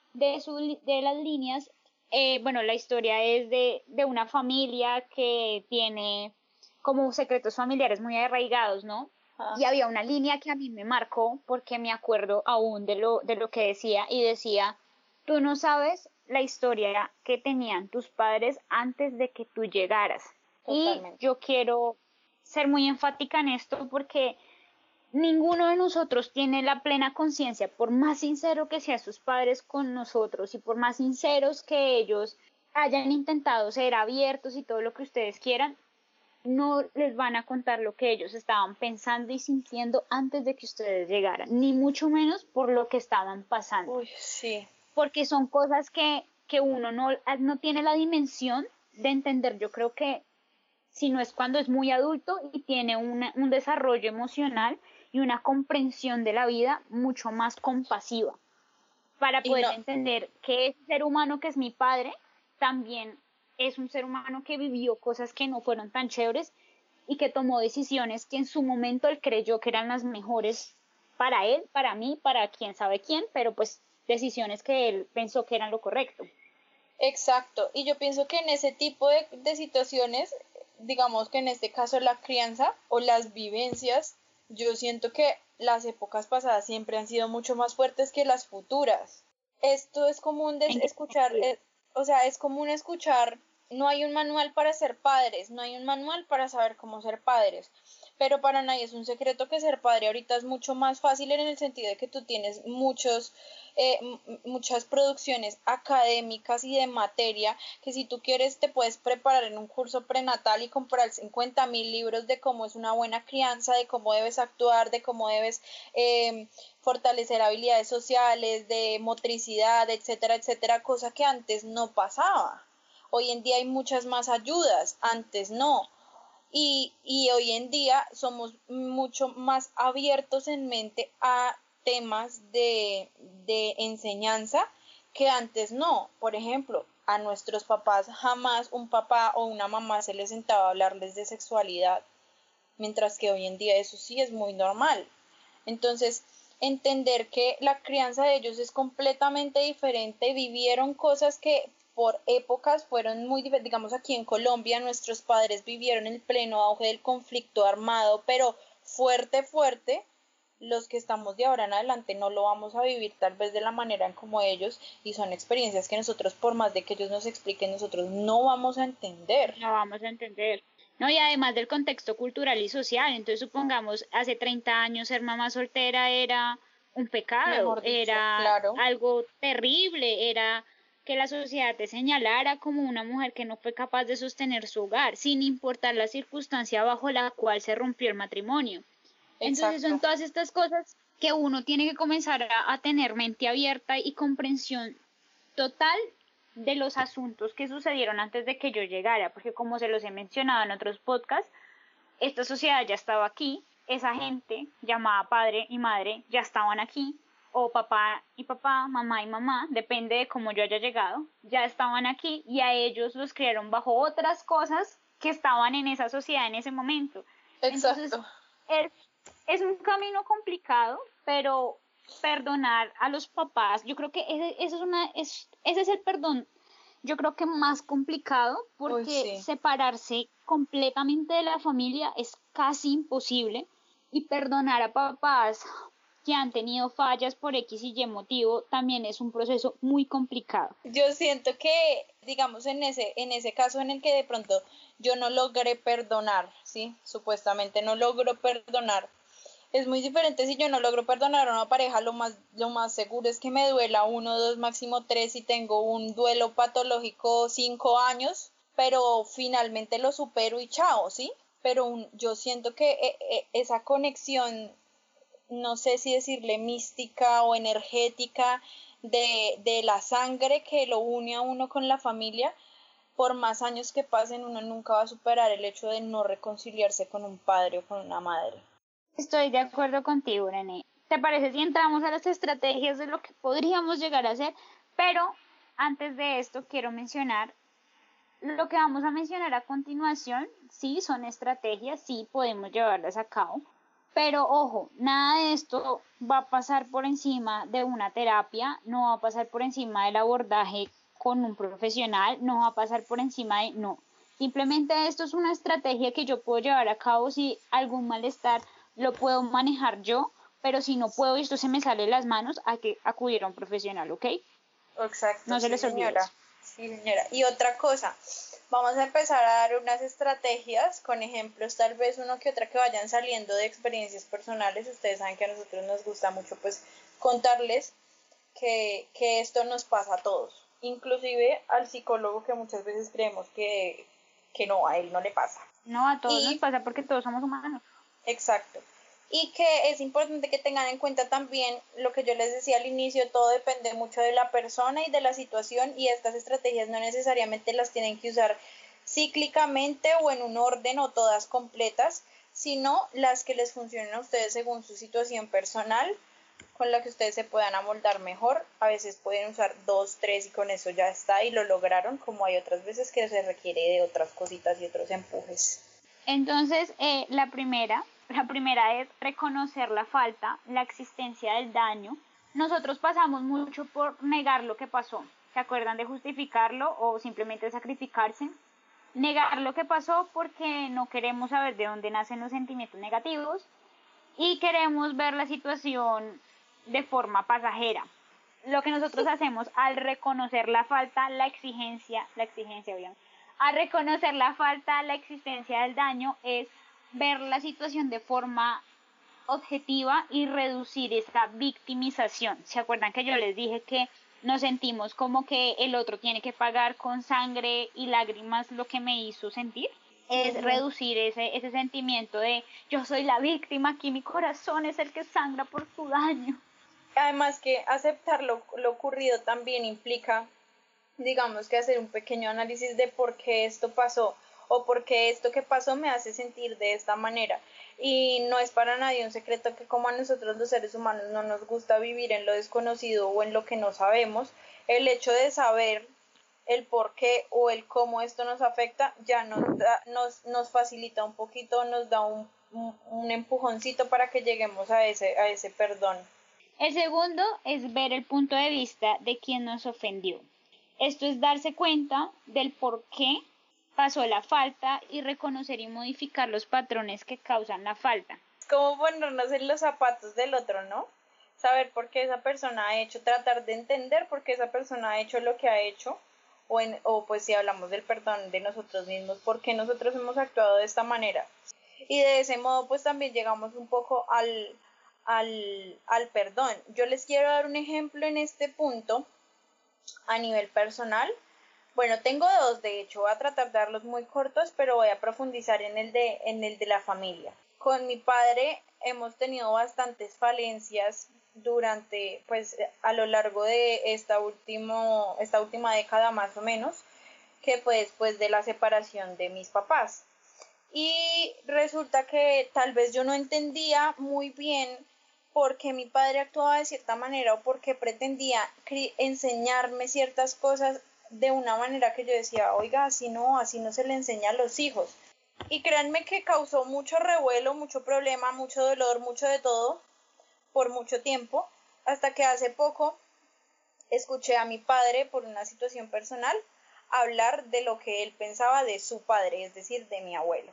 de las líneas, bueno, la historia es de una familia que tiene como secretos familiares muy arraigados, ¿no? Y había una línea que a mí me marcó porque me acuerdo aún de lo que decía y decía, tú no sabes la historia que tenían tus padres antes de que tú llegaras. Totalmente. Y yo quiero ser muy enfática en esto porque ninguno de nosotros tiene la plena conciencia, por más sincero que sean sus padres con nosotros y por más sinceros que ellos hayan intentado ser abiertos y todo lo que ustedes quieran, no les van a contar lo que ellos estaban pensando y sintiendo antes de que ustedes llegaran, ni mucho menos por lo que estaban pasando. Uy, sí. Porque son cosas que uno no tiene la dimensión de entender. Yo creo que si no es cuando es muy adulto y tiene un desarrollo emocional y una comprensión de la vida mucho más compasiva para Y poder no, entender que ese ser humano que es mi padre también es un ser humano que vivió cosas que no fueron tan chéveres y que tomó decisiones que en su momento él creyó que eran las mejores para él, para mí, para quién sabe quién, pero pues decisiones que él pensó que eran lo correcto. exacto, y yo pienso que en ese tipo de situaciones, digamos que en este caso la crianza o las vivencias, yo siento que las épocas pasadas siempre han sido mucho más fuertes que las futuras. Esto es común de ¿En qué escuchar, sentido? o sea, es común escuchar, no hay un manual para ser padres, no hay un manual para saber cómo ser padres, pero para nadie es un secreto que ser padre ahorita es mucho más fácil en el sentido de que tú tienes muchas producciones académicas y de materia que si tú quieres te puedes preparar en un curso prenatal y comprar 50.000 libros de cómo es una buena crianza, de cómo debes actuar, de cómo debes fortalecer habilidades sociales, de motricidad, etcétera, etcétera, cosa que antes no pasaba. Hoy en día hay muchas más ayudas, antes no. Y hoy en día somos mucho más abiertos en mente a temas de enseñanza que antes no. Por ejemplo, a nuestros papás jamás un papá o una mamá se les sentaba a hablarles de sexualidad, mientras que hoy en día eso sí es muy normal. Entonces, entender que la crianza de ellos es completamente diferente, vivieron cosas que por épocas fueron muy diferentes. Digamos, aquí en Colombia nuestros padres vivieron el pleno auge del conflicto armado, pero fuerte, fuerte. Los que estamos de ahora en adelante no lo vamos a vivir tal vez de la manera en como ellos, y son experiencias que nosotros, por más de que ellos nos expliquen, nosotros no vamos a entender. No vamos a entender. No, y además del contexto cultural y social, entonces supongamos, hace 30 años ser mamá soltera era un pecado, Mejor dicho, era claro. algo terrible, era que la sociedad te señalara como una mujer que no fue capaz de sostener su hogar, sin importar la circunstancia bajo la cual se rompió el matrimonio. Entonces son Exacto. todas estas cosas que uno tiene que comenzar a tener mente abierta y comprensión total de los asuntos que sucedieron antes de que yo llegara, porque como se los he mencionado en otros podcasts, esta sociedad ya estaba aquí, esa gente llamada padre y madre ya estaban aquí, o papá y papá, mamá y mamá, depende de cómo yo haya llegado, ya estaban aquí y a ellos los criaron bajo otras cosas que estaban en esa sociedad en ese momento. Entonces, Exacto. es, es un camino complicado, pero perdonar a los papás, yo creo que ese es el perdón, yo creo que más complicado, Uy, porque sí. separarse completamente de la familia es casi imposible, y perdonar a papás que han tenido fallas por X y Y motivo también es un proceso muy complicado. Yo siento que, digamos, en ese caso en el que de pronto yo no logré perdonar, ¿sí? Supuestamente no logro perdonar. Es muy diferente si yo no logro perdonar a una pareja, lo más seguro es que me duela uno, dos, máximo tres, y tengo un duelo patológico 5 años, pero finalmente lo supero y chao, ¿sí? Pero yo siento que esa conexión, no sé si decirle mística o energética, de la sangre que lo une a uno con la familia, por más años que pasen, uno nunca va a superar el hecho de no reconciliarse con un padre o con una madre. Estoy de acuerdo contigo, René. ¿Te parece si entramos a las estrategias de lo que podríamos llegar a hacer? Pero antes de esto quiero mencionar lo que vamos a mencionar a continuación. Sí, son estrategias, sí podemos llevarlas a cabo, pero ojo, nada de esto va a pasar por encima de una terapia, no va a pasar por encima del abordaje con un profesional, no va a pasar por encima de, no. Simplemente esto es una estrategia que yo puedo llevar a cabo si algún malestar lo puedo manejar yo, pero si no puedo y esto se me sale de las manos, hay que acudir a un profesional, ¿ok? Exacto, No se sí les olvide eso. señora, sí señora. Y otra cosa, vamos a empezar a dar unas estrategias con ejemplos, tal vez uno que otra que vayan saliendo de experiencias personales. Ustedes saben que a nosotros nos gusta mucho pues contarles que esto nos pasa a todos, inclusive al psicólogo que muchas veces creemos que no, a él no le pasa. No, a todos nos Y pasa porque todos somos humanos. exacto. Y que es importante que tengan en cuenta también lo que yo les decía al inicio, todo depende mucho de la persona y de la situación, y estas estrategias no necesariamente las tienen que usar cíclicamente o en un orden o todas completas, sino las que les funcionen a ustedes según su situación personal, con la que ustedes se puedan amoldar mejor. A veces pueden usar dos, tres y con eso ya está y lo lograron, como hay otras veces que se requiere de otras cositas y otros empujes. Entonces, la primera es reconocer la falta, la existencia del daño. Nosotros pasamos mucho por negar lo que pasó. ¿Se acuerdan de justificarlo o simplemente sacrificarse? Negar lo que pasó porque no queremos saber de dónde nacen los sentimientos negativos y queremos ver la situación de forma pasajera. Lo que nosotros hacemos al reconocer la falta, la exigencia, obviamente, al reconocer la falta, la existencia del daño, es ver la situación de forma objetiva y reducir esta victimización. ¿Se acuerdan que yo les dije que nos sentimos como que el otro tiene que pagar con sangre y lágrimas lo que me hizo sentir? Es Uh-huh. reducir ese sentimiento de yo soy la víctima, aquí mi corazón es el que sangra por su daño. Además que aceptar lo ocurrido también implica, digamos, que hacer un pequeño análisis de por qué esto pasó o por qué esto que pasó me hace sentir de esta manera. Y no es para nadie un secreto que como a nosotros los seres humanos no nos gusta vivir en lo desconocido o en lo que no sabemos, el hecho de saber el por qué o el cómo esto nos afecta ya nos facilita un poquito, nos da un empujoncito para que lleguemos a ese perdón. El segundo es ver el punto de vista de quien nos ofendió. Esto es darse cuenta del por qué pasó la falta y reconocer y modificar los patrones que causan la falta. Es como ponernos en los zapatos del otro, ¿no? Saber por qué esa persona ha hecho, tratar de entender por qué esa persona ha hecho lo que ha hecho, o pues si hablamos del perdón de nosotros mismos, por qué nosotros hemos actuado de esta manera. Y de ese modo pues también llegamos un poco al perdón. Yo les quiero dar un ejemplo en este punto a nivel personal. Bueno, tengo dos, de hecho, voy a tratar de darlos muy cortos, pero voy a profundizar en el de la familia. Con mi padre hemos tenido bastantes falencias durante, pues, a lo largo de esta última década más o menos, que fue después de la separación de mis papás. Y resulta que tal vez yo no entendía muy bien por qué mi padre actuaba de cierta manera o por qué pretendía enseñarme ciertas cosas de una manera que yo decía, oiga, así no se le enseña a los hijos. Y créanme que causó mucho revuelo, mucho problema, mucho dolor, mucho de todo, por mucho tiempo, hasta que hace poco escuché a mi padre, por una situación personal, hablar de lo que él pensaba de su padre, es decir, de mi abuelo.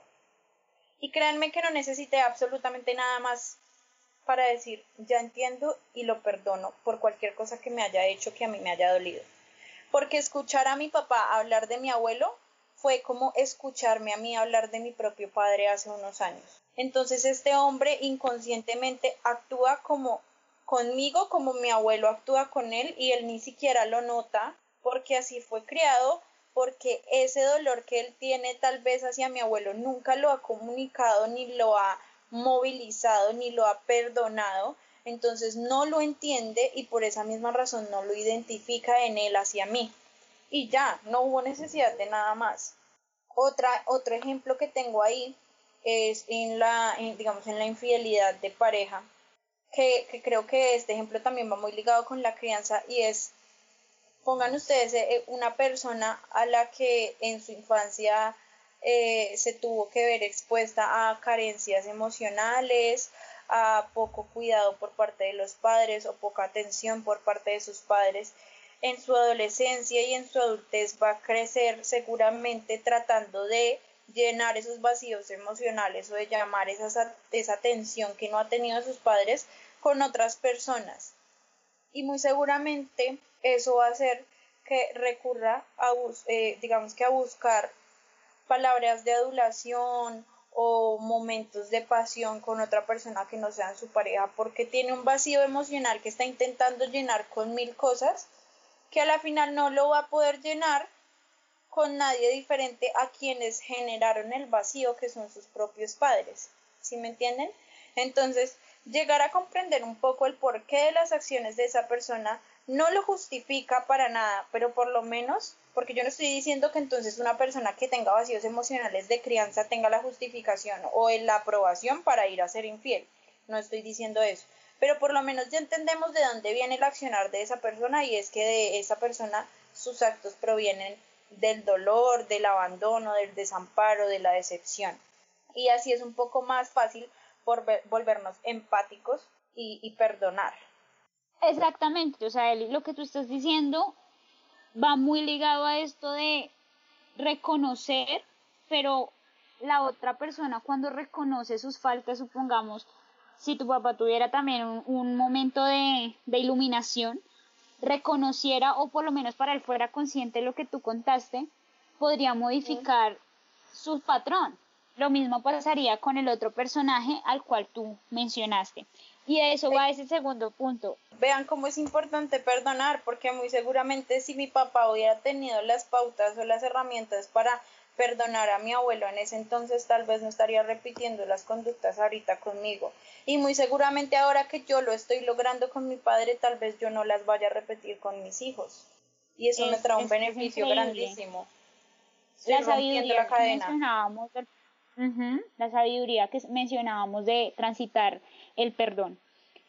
Y créanme que no necesité absolutamente nada más para decir, ya entiendo y lo perdono por cualquier cosa que me haya hecho, que a mí me haya dolido. Porque escuchar a mi papá hablar de mi abuelo fue como escucharme a mí hablar de mi propio padre hace unos años. Entonces este hombre inconscientemente actúa como conmigo, como mi abuelo actúa con él, y él ni siquiera lo nota porque así fue criado, porque ese dolor que él tiene tal vez hacia mi abuelo nunca lo ha comunicado, ni lo ha movilizado, ni lo ha perdonado. Entonces no lo entiende y por esa misma razón no lo identifica en él hacia mí. Y ya, no hubo necesidad de nada más. Otro ejemplo que tengo ahí es digamos, en la infidelidad de pareja, que creo que este ejemplo también va muy ligado con la crianza, y es, pongan ustedes una persona a la que en su infancia se tuvo que ver expuesta a carencias emocionales, a poco cuidado por parte de los padres o poca atención por parte de sus padres. En su adolescencia y en su adultez va a crecer seguramente tratando de llenar esos vacíos emocionales o de llamar esa atención que no ha tenido sus padres con otras personas. Y muy seguramente eso va a hacer que recurra digamos que a buscar palabras de adulación o momentos de pasión con otra persona que no sean su pareja, porque tiene un vacío emocional que está intentando llenar con mil cosas, que a la final no lo va a poder llenar con nadie diferente a quienes generaron el vacío, que son sus propios padres. ¿Sí me entienden? Entonces, llegar a comprender un poco el porqué de las acciones de esa persona no lo justifica para nada, pero por lo menos, porque yo no estoy diciendo que entonces una persona que tenga vacíos emocionales de crianza tenga la justificación o la aprobación para ir a ser infiel, no estoy diciendo eso, pero por lo menos ya entendemos de dónde viene el accionar de esa persona, y es que de esa persona sus actos provienen del dolor, del abandono, del desamparo, de la decepción. Y así es un poco más fácil volvernos empáticos y perdonar. Exactamente, o sea, Eli, lo que tú estás diciendo va muy ligado a esto de reconocer, pero la otra persona cuando reconoce sus faltas, supongamos, si tu papá tuviera también un momento de iluminación, reconociera o por lo menos para él fuera consciente de lo que tú contaste, podría modificar su patrón. Lo mismo pasaría con el otro personaje al cual tú mencionaste. Y de eso va ese segundo punto. Vean cómo es importante perdonar, porque muy seguramente si mi papá hubiera tenido las pautas o las herramientas para perdonar a mi abuelo en ese entonces, tal vez no estaría repitiendo las conductas ahorita conmigo. Y muy seguramente ahora que yo lo estoy logrando con mi padre, tal vez yo no las vaya a repetir con mis hijos. Y eso me trae un beneficio grandísimo. Estoy La rompiendo la sabiduría que cadena. mencionábamos, la sabiduría que mencionábamos de transitar el perdón.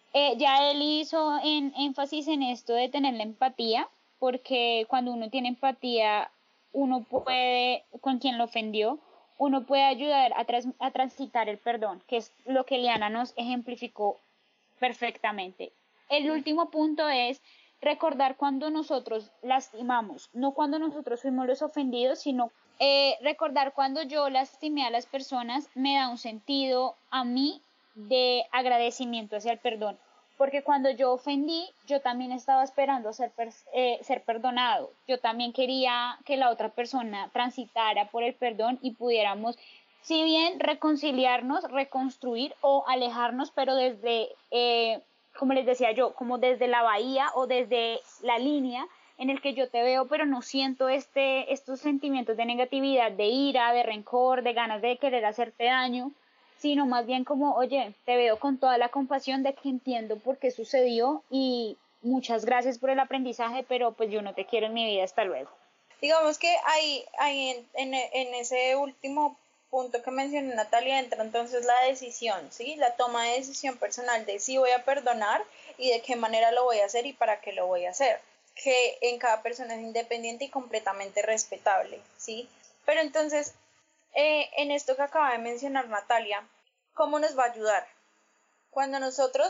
Ya él hizo énfasis en esto de tener la empatía, porque cuando uno tiene empatía, uno puede, con quien lo ofendió, uno puede ayudar a transitar el perdón, que es lo que Liana nos ejemplificó perfectamente. El último punto es recordar cuando nosotros lastimamos, no cuando nosotros fuimos los ofendidos, sino recordar cuando yo lastimé a las personas me da un sentido a mí de agradecimiento hacia el perdón. Porque cuando yo ofendí, yo también estaba esperando ser perdonado. Yo también quería que la otra persona transitara por el perdón y pudiéramos, si bien reconciliarnos, reconstruir o alejarnos, pero desde, como les decía yo, como desde la bahía o desde la línea en el que yo te veo, pero no siento estos sentimientos de negatividad, de ira, de rencor, de ganas de querer hacerte daño, sino más bien como, oye, te veo con toda la compasión de que entiendo por qué sucedió y muchas gracias por el aprendizaje, pero pues yo no te quiero en mi vida, hasta luego. Digamos que ahí en ese último punto que mencionó Natalia entra entonces la decisión, ¿sí? La toma de decisión personal de si voy a perdonar y de qué manera lo voy a hacer y para qué lo voy a hacer, que en cada persona es independiente y completamente respetable, ¿sí? Pero entonces, en esto que acaba de mencionar Natalia, ¿cómo nos va a ayudar? Cuando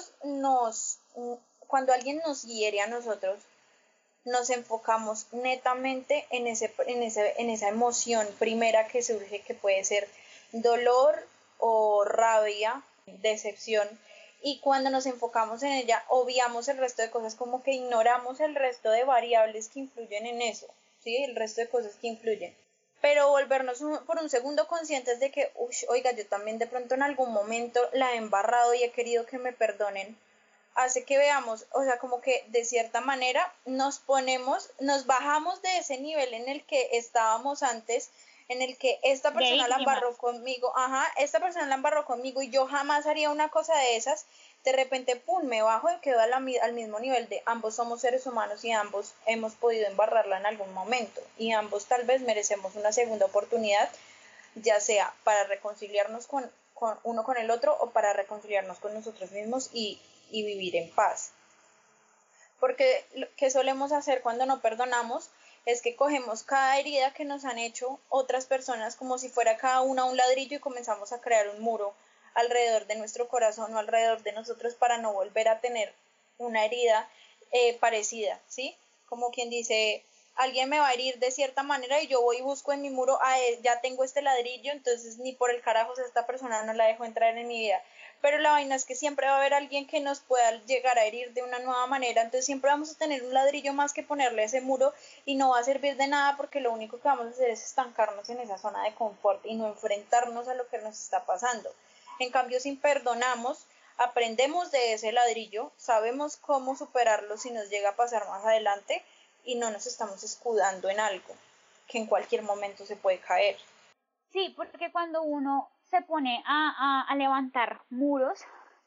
cuando alguien nos hiere a nosotros, nos enfocamos netamente en esa emoción primera que surge, que puede ser dolor o rabia, decepción, y cuando nos enfocamos en ella, obviamos el resto de cosas, como que ignoramos el resto de variables que influyen en eso, ¿sí? El resto de cosas que influyen. Pero volvernos por un segundo conscientes de que, oiga, yo también de pronto en algún momento la he embarrado y he querido que me perdonen, hace que veamos, o sea, como que de cierta manera nos bajamos de ese nivel en el que estábamos antes, en el que esta De persona la víctima. embarró conmigo, esta persona la embarró conmigo y yo jamás haría una cosa de esas, de repente, pum, me bajo y quedo al mismo nivel de ambos somos seres humanos y ambos hemos podido embarrarla en algún momento y ambos tal vez merecemos una segunda oportunidad, ya sea para reconciliarnos uno con el otro o para reconciliarnos con nosotros mismos y vivir en paz. Porque lo que solemos hacer cuando no perdonamos es que cogemos cada herida que nos han hecho otras personas como si fuera cada una un ladrillo y comenzamos a crear un muro alrededor de nuestro corazón o alrededor de nosotros para no volver a tener una herida parecida, ¿sí? Como quien dice, alguien me va a herir de cierta manera y yo voy y busco en mi muro, ya tengo este ladrillo, entonces ni por el carajo esta persona no la dejo entrar en mi vida. Pero la vaina es que siempre va a haber alguien que nos pueda llegar a herir de una nueva manera, entonces siempre vamos a tener un ladrillo más que ponerle a ese muro y no va a servir de nada porque lo único que vamos a hacer es estancarnos en esa zona de confort y no enfrentarnos a lo que nos está pasando. En cambio, si perdonamos, aprendemos de ese ladrillo, sabemos cómo superarlo si nos llega a pasar más adelante y no nos estamos escudando en algo que en cualquier momento se puede caer. Sí, porque cuando uno se pone a levantar muros,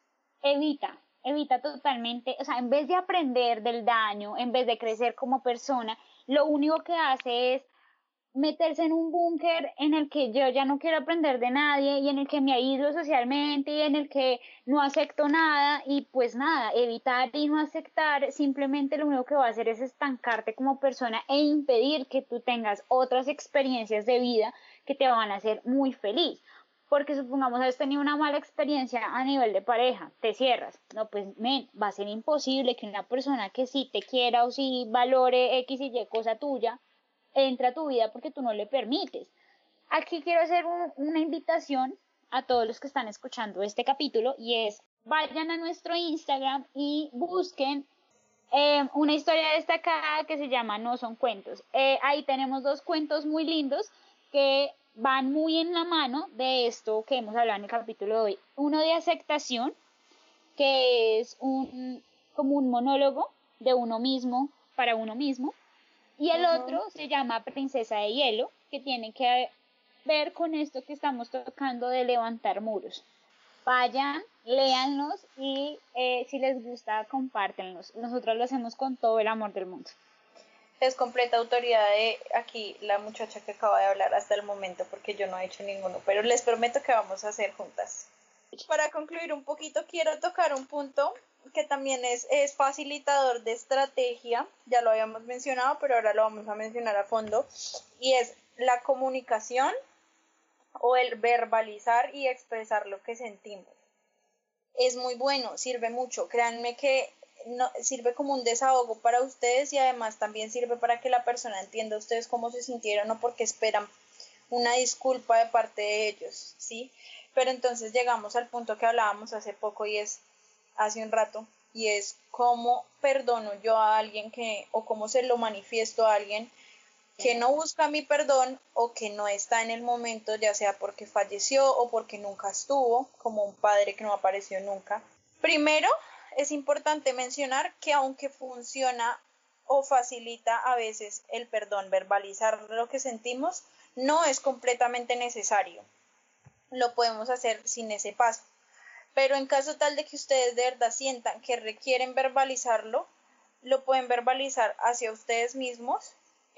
evita totalmente, o sea, en vez de aprender del daño, en vez de crecer como persona, lo único que hace es meterse en un búnker en el que yo ya no quiero aprender de nadie y en el que me aíslo socialmente y en el que no acepto nada y pues nada, evitar y no aceptar simplemente lo único que va a hacer es estancarte como persona e impedir que tú tengas otras experiencias de vida que te van a hacer muy feliz. Porque supongamos has tenido una mala experiencia a nivel de pareja, te cierras, no pues va a ser imposible que una persona que sí te quiera o sí valore X y Y cosa tuya entra a tu vida porque tú no le permites. Aquí quiero hacer una invitación a todos los que están escuchando este capítulo y es vayan a nuestro Instagram y busquen una historia destacada que se llama No son cuentos. Ahí tenemos dos cuentos muy lindos que van muy en la mano de esto que hemos hablado en el capítulo de hoy. Uno de aceptación, que es como un monólogo de uno mismo para uno mismo, y el otro se llama Princesa de Hielo, que tiene que ver con esto que estamos tocando de levantar muros. Vayan, léanlos y si les gusta, compártenlos. Nosotros lo hacemos con todo el amor del mundo. Es completa autoridad de aquí la muchacha que acaba de hablar hasta el momento porque yo no he hecho ninguno, pero les prometo que vamos a hacer juntas. Para concluir un poquito, quiero tocar un punto que también es facilitador de estrategia, ya lo habíamos mencionado, pero ahora lo vamos a mencionar a fondo, y es la comunicación o el verbalizar y expresar lo que sentimos. Es muy bueno, sirve mucho. Créanme que no, sirve como un desahogo para ustedes y además también sirve para que la persona entienda ustedes cómo se sintieron o porque esperan una disculpa de parte de ellos, ¿sí? Pero entonces llegamos al punto que hablábamos hace poco y es hace un rato y es cómo perdono yo a alguien que o cómo se lo manifiesto a alguien que no busca mi perdón o que no está en el momento, ya sea porque falleció o porque nunca estuvo, como un padre que no apareció nunca. Primero, es importante mencionar que aunque funciona o facilita a veces el perdón, verbalizar lo que sentimos, no es completamente necesario. Lo podemos hacer sin ese paso. Pero en caso tal de que ustedes de verdad sientan que requieren verbalizarlo, lo pueden verbalizar hacia ustedes mismos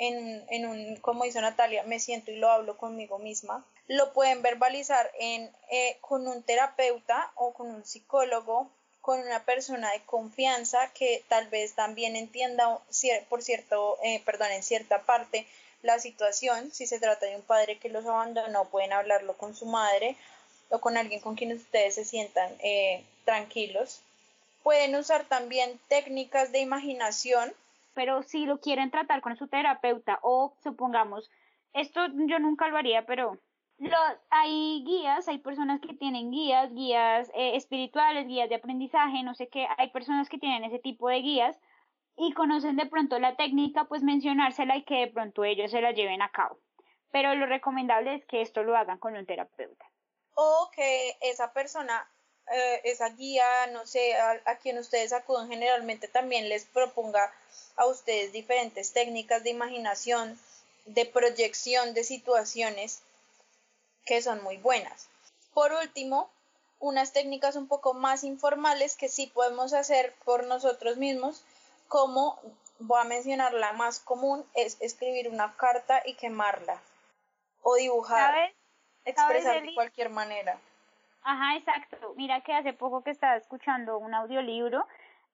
como hizo Natalia, me siento y lo hablo conmigo misma. Lo pueden verbalizar con un terapeuta o con un psicólogo, con una persona de confianza que tal vez también entienda en cierta parte la situación. Si se trata de un padre que los abandonó, pueden hablarlo con su madre o con alguien con quien ustedes se sientan tranquilos. Pueden usar también técnicas de imaginación. Pero si lo quieren tratar con su terapeuta o supongamos, esto yo nunca lo haría, pero hay guías, hay personas que tienen guías espirituales, guías de aprendizaje, no sé qué, hay personas que tienen ese tipo de guías y conocen de pronto la técnica, pues mencionársela y que de pronto ellos se la lleven a cabo. Pero lo recomendable es que esto lo hagan con un terapeuta. O que esa persona, esa guía, no sé, a quien ustedes acuden generalmente también les proponga a ustedes diferentes técnicas de imaginación, de proyección de situaciones que son muy buenas. Por último, unas técnicas un poco más informales que sí podemos hacer por nosotros mismos, como voy a mencionar la más común, es escribir una carta y quemarla, o dibujar, ¿Sabes? expresar de Eli? cualquier manera. Ajá, exacto. Mira que hace poco que estaba escuchando un audiolibro,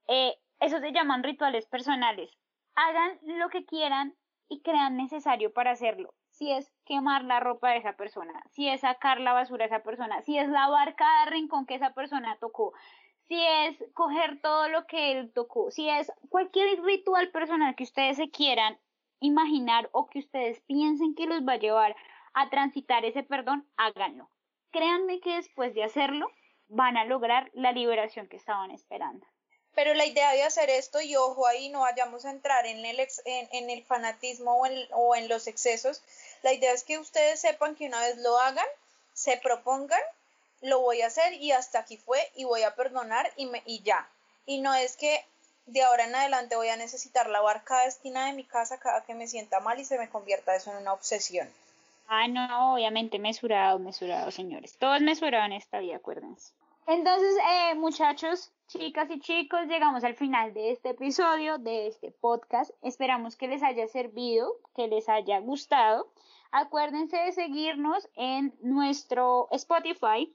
esos se llaman rituales personales. Hagan lo que quieran y crean necesario para hacerlo. Si es quemar la ropa de esa persona, si es sacar la basura de esa persona, si es lavar cada rincón que esa persona tocó, si es coger todo lo que él tocó, si es cualquier ritual personal que ustedes se quieran imaginar o que ustedes piensen que los va a llevar a transitar ese perdón, háganlo. Créanme que después de hacerlo van a lograr la liberación que estaban esperando. Pero la idea de hacer esto, y ojo ahí, no vayamos a entrar en el fanatismo o en los excesos, la idea es que ustedes sepan que una vez lo hagan, se propongan, lo voy a hacer y hasta aquí fue y voy a perdonar y ya. Y no es que de ahora en adelante voy a necesitar lavar cada esquina de mi casa cada que me sienta mal y se me convierta eso en una obsesión. Ah, no, obviamente mesurado, señores. Todo es mesurado en esta vida, acuérdense. Entonces, muchachos, chicas y chicos, llegamos al final de este episodio, de este podcast. Esperamos que les haya servido, que les haya gustado. Acuérdense de seguirnos en nuestro Spotify.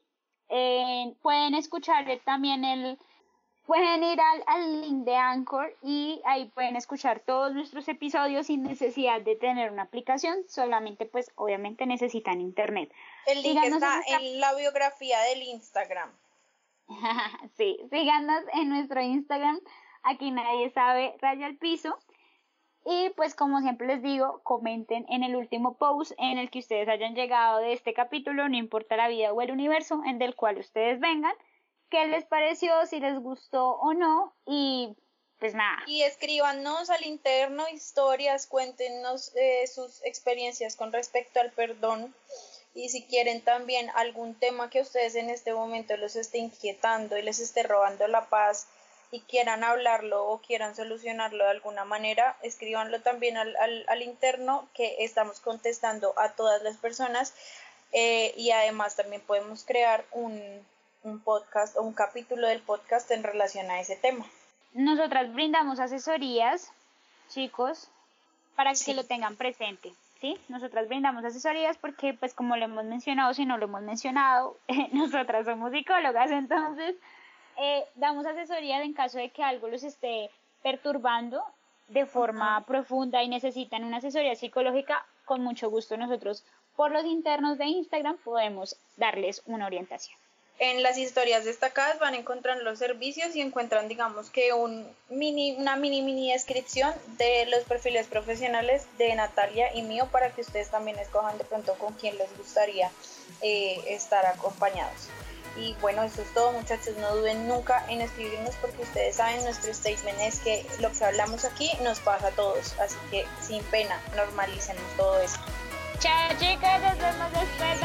Pueden escuchar también pueden ir al link de Anchor y ahí pueden escuchar todos nuestros episodios sin necesidad de tener una aplicación, solamente pues obviamente necesitan internet. El link está en la biografía del Instagram. Sí, síganos en nuestro Instagram, aquí nadie sabe, raya al piso. Y pues como siempre les digo, comenten en el último post en el que ustedes hayan llegado de este capítulo, no importa la vida o el universo en del cual ustedes vengan, qué les pareció, si les gustó o no, y pues nada. Y escríbanos al interno historias, cuéntenos sus experiencias con respecto al perdón y si quieren también algún tema que ustedes en este momento los esté inquietando y les esté robando la paz y quieran hablarlo o quieran solucionarlo de alguna manera, escríbanlo también al interno que estamos contestando a todas las personas y además también podemos crear un podcast o un capítulo del podcast en relación a ese tema. Nosotras brindamos asesorías, chicos, para Sí. que lo tengan presente, ¿sí? Nosotras brindamos asesorías porque, pues como lo hemos mencionado, si no lo hemos mencionado, nosotras somos psicólogas, entonces damos asesoría en caso de que algo los esté perturbando de forma profunda y necesitan una asesoría psicológica, con mucho gusto nosotros por los internos de Instagram podemos darles una orientación. En las historias destacadas van a encontrar los servicios y encuentran, digamos que una mini descripción de los perfiles profesionales de Natalia y mío para que ustedes también escojan de pronto con quién les gustaría estar acompañados. Y bueno, eso es todo, muchachos, no duden nunca en escribirnos porque ustedes saben, nuestro statement es que lo que hablamos aquí nos pasa a todos, así que sin pena, normalicemos todo esto. Chao chicas, nos vemos después.